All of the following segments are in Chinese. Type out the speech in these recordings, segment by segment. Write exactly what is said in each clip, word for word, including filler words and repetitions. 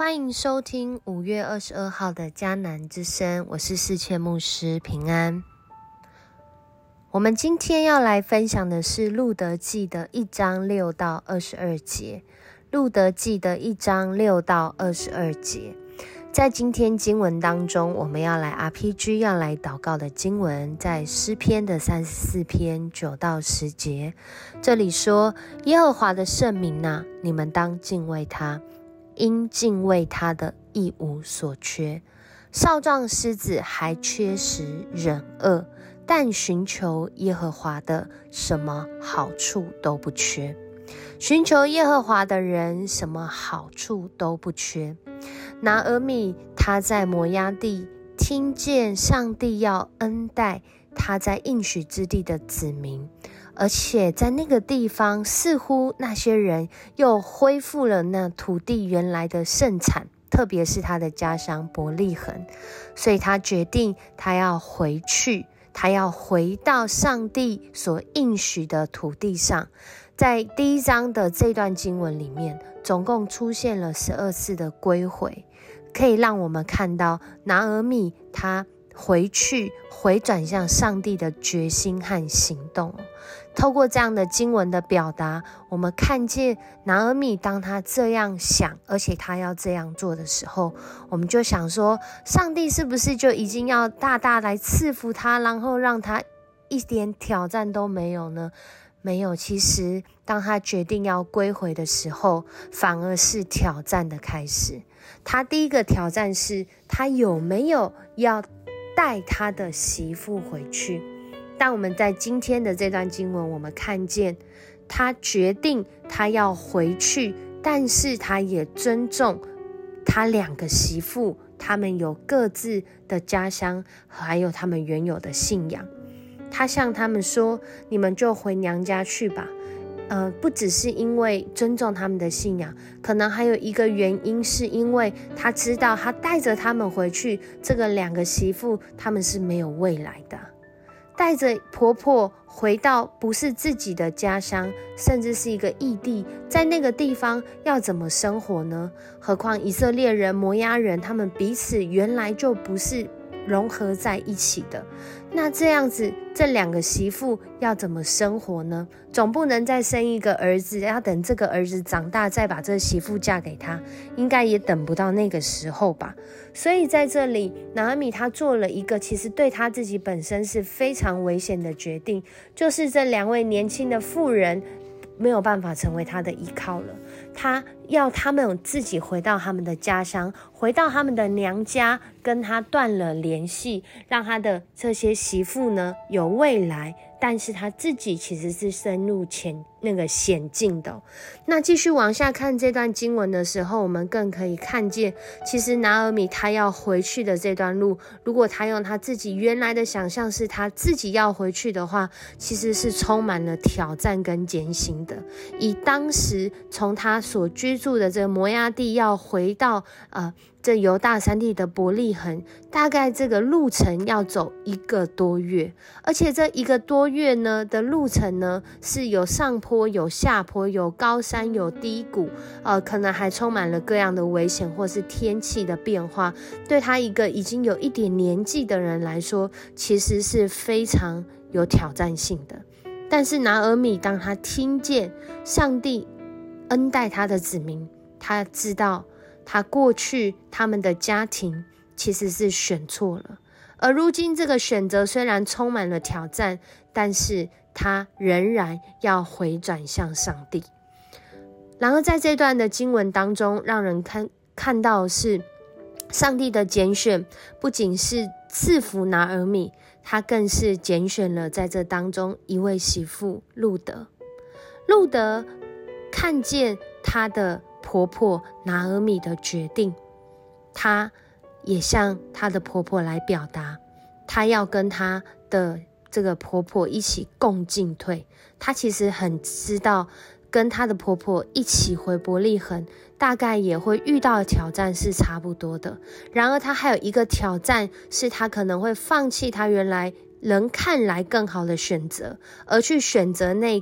欢迎收听五月二十二号的迦南之声，我是世谦牧师平安。我们今天要来分享的是路得记的一章六到二十二节。路得记的一章六到二十二节，在今天经文当中，我们要来 R P G 要来祷告的经文，在诗篇的三十四篇九到十节。这里说：耶和华的圣名啊，你们当敬畏他，因敬畏他的一无所缺。少壮狮子还缺食忍饿，但寻求耶和华的，什么好处都不缺。寻求耶和华的人，什么好处都不缺。拿俄米他在摩押地听见上帝要恩待他在应许之地的子民，而且在那个地方似乎那些人又恢复了那土地原来的盛产，特别是他的家乡伯利恒，所以他决定他要回去，他要回到上帝所应许的土地上。在第一章的这段经文里面，总共出现了十二次的归回，可以让我们看到拿俄米他回去回转向上帝的决心和行动。透过这样的经文的表达，我们看见拿俄米当他这样想，而且他要这样做的时候，我们就想说，上帝是不是就已经要大大来赐福他，然后让他一点挑战都没有呢？没有，其实当他决定要归回的时候，反而是挑战的开始。他第一个挑战是，他有没有要带他的媳妇回去。但我们在今天的这段经文，我们看见他决定他要回去，但是他也尊重他两个媳妇，他们有各自的家乡，还有他们原有的信仰。他向他们说，你们就回娘家去吧。呃，不只是因为尊重他们的信仰，可能还有一个原因，是因为他知道他带着他们回去，这个两个媳妇他们是没有未来的。带着婆婆回到不是自己的家乡，甚至是一个异地，在那个地方要怎么生活呢？何况以色列人、摩押人，他们彼此原来就不是融合在一起的。那这样子，这两个媳妇要怎么生活呢？总不能再生一个儿子，要等这个儿子长大再把这个媳妇嫁给他，应该也等不到那个时候吧。所以在这里，拿俄米他做了一个其实对他自己本身是非常危险的决定，就是这两位年轻的妇人没有办法成为他的依靠了。他要他们自己回到他们的家乡，回到他们的娘家，跟他断了联系，让他的这些媳妇呢有未来，但是他自己其实是深入前那个险境的。那继续往下看这段经文的时候，我们更可以看见，其实拿俄米他要回去的这段路，如果他用他自己原来的想象是他自己要回去的话，其实是充满了挑战跟艰辛的。以当时从他所居住的这个摩押地要回到呃这犹大山地的伯利恒，大概这个路程要走一个多月，而且这一个多月呢的路程呢，是有上坡有下坡，有高山有低谷，呃，可能还充满了各样的危险或是天气的变化。对他一个已经有一点年纪的人来说，其实是非常有挑战性的。但是拿俄米当他听见上帝恩待他的子民，他知道他过去他们的家庭其实是选错了，而如今这个选择虽然充满了挑战，但是他仍然要回转向上帝。然而在这段的经文当中，让人看看到是上帝的拣选，不仅是赐福拿俄米，他更是拣选了在这当中一位媳妇路得。路得看见她的婆婆拿俄米的决定，她也向她的婆婆来表达，她要跟她的这个婆婆一起共进退。她其实很知道跟她的婆婆一起回伯利恒，大概也会遇到的挑战是差不多的。然而她还有一个挑战，是她可能会放弃她原来人看来更好的选择，而去选择那个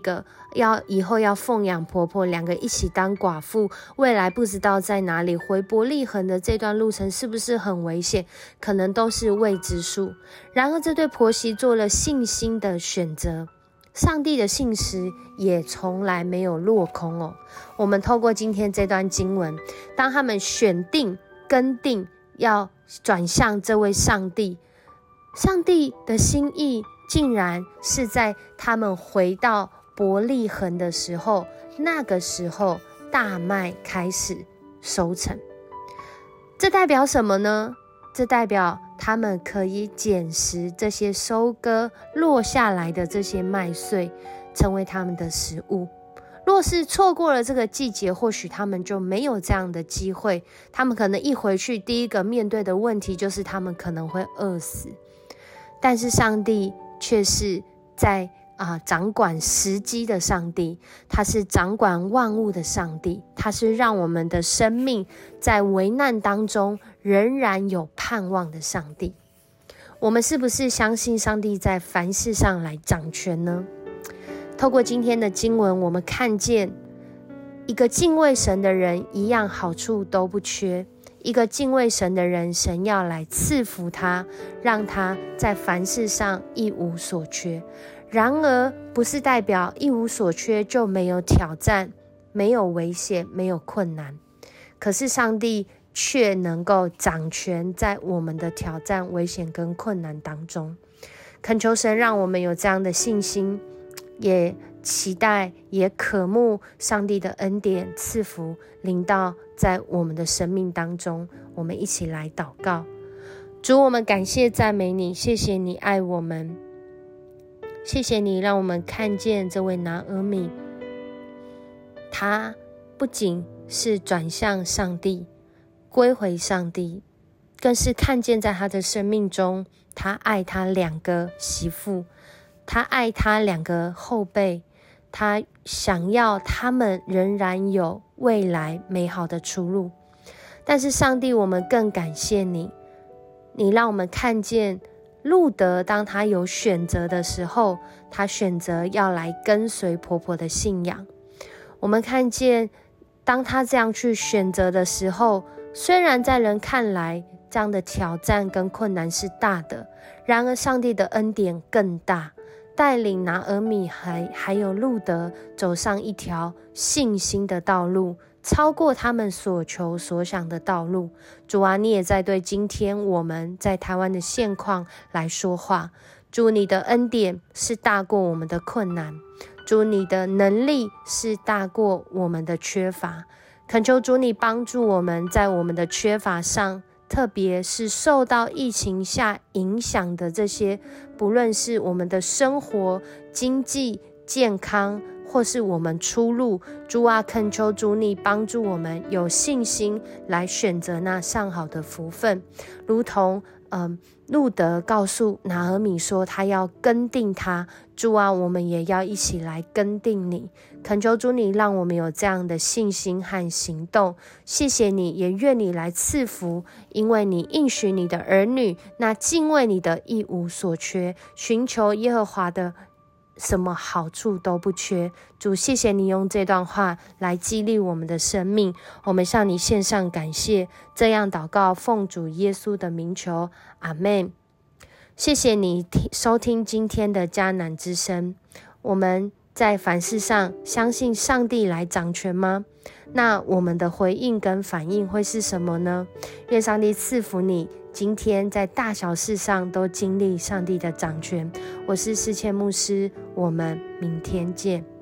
要以后要奉养婆婆，两个一起当寡妇，未来不知道在哪里，回伯利恒的这段路程是不是很危险，可能都是未知数。然而这对婆媳做了信心的选择，上帝的信实也从来没有落空哦。我们透过今天这段经文，当他们选定跟定要转向这位上帝，上帝的心意竟然是在他们回到伯利恒的时候，那个时候大麦开始收成。这代表什么呢？这代表他们可以捡拾这些收割落下来的这些麦穗，成为他们的食物。若是错过了这个季节，或许他们就没有这样的机会。他们可能一回去，第一个面对的问题就是他们可能会饿死。但是上帝却是在啊、呃、掌管时机的上帝，他是掌管万物的上帝，他是让我们的生命在危难当中仍然有盼望的上帝。我们是不是相信上帝在凡事上来掌权呢？透过今天的经文，我们看见一个敬畏神的人一样好处都不缺，一个敬畏神的人，神要来赐福他，让他在凡事上一无所缺。然而不是代表一无所缺就没有挑战，没有危险，没有困难。可是上帝却能够掌权在我们的挑战、危险跟困难当中。恳求神让我们有这样的信心，也期待也渴慕上帝的恩典赐福临到在我们的生命当中。我们一起来祷告。主，我们感谢赞美你，谢谢你爱我们，谢谢你让我们看见这位拿俄米，他不仅是转向上帝，归回上帝，更是看见在他的生命中，他爱他两个媳妇，他爱他两个后辈，他想要他们仍然有未来美好的出路。但是上帝，我们更感谢你，你让我们看见路德当他有选择的时候，他选择要来跟随婆婆的信仰。我们看见当他这样去选择的时候，虽然在人看来这样的挑战跟困难是大的，然而上帝的恩典更大，带领拿俄米还还有路德走上一条信心的道路，超过他们所求所想的道路。主啊，你也在对今天我们在台湾的现况来说话。主，你的恩典是大过我们的困难，主，你的能力是大过我们的缺乏。恳求主你帮助我们在我们的缺乏上，特别是受到疫情下影响的这些，不论是我们的生活、经济、健康，或是我们出路，主啊，恳求主你帮助我们有信心来选择那上好的福分，如同嗯，路德告诉拿俄米说他要跟定他，主啊，我们也要一起来跟定你。恳求主你让我们有这样的信心和行动。谢谢你，也愿你来赐福，因为你应许你的儿女那敬畏你的一无所缺，寻求耶和华的什么好处都不缺。主，谢谢你用这段话来激励我们的生命，我们向你献上感谢，这样祷告奉主耶稣的名求，阿们。谢谢你收听今天的迦南之声。我们在凡事上相信上帝来掌权吗？那我们的回应跟反应会是什么呢？愿上帝赐福你，今天在大小事上都经历上帝的掌权。我是世谦牧师，我们明天见。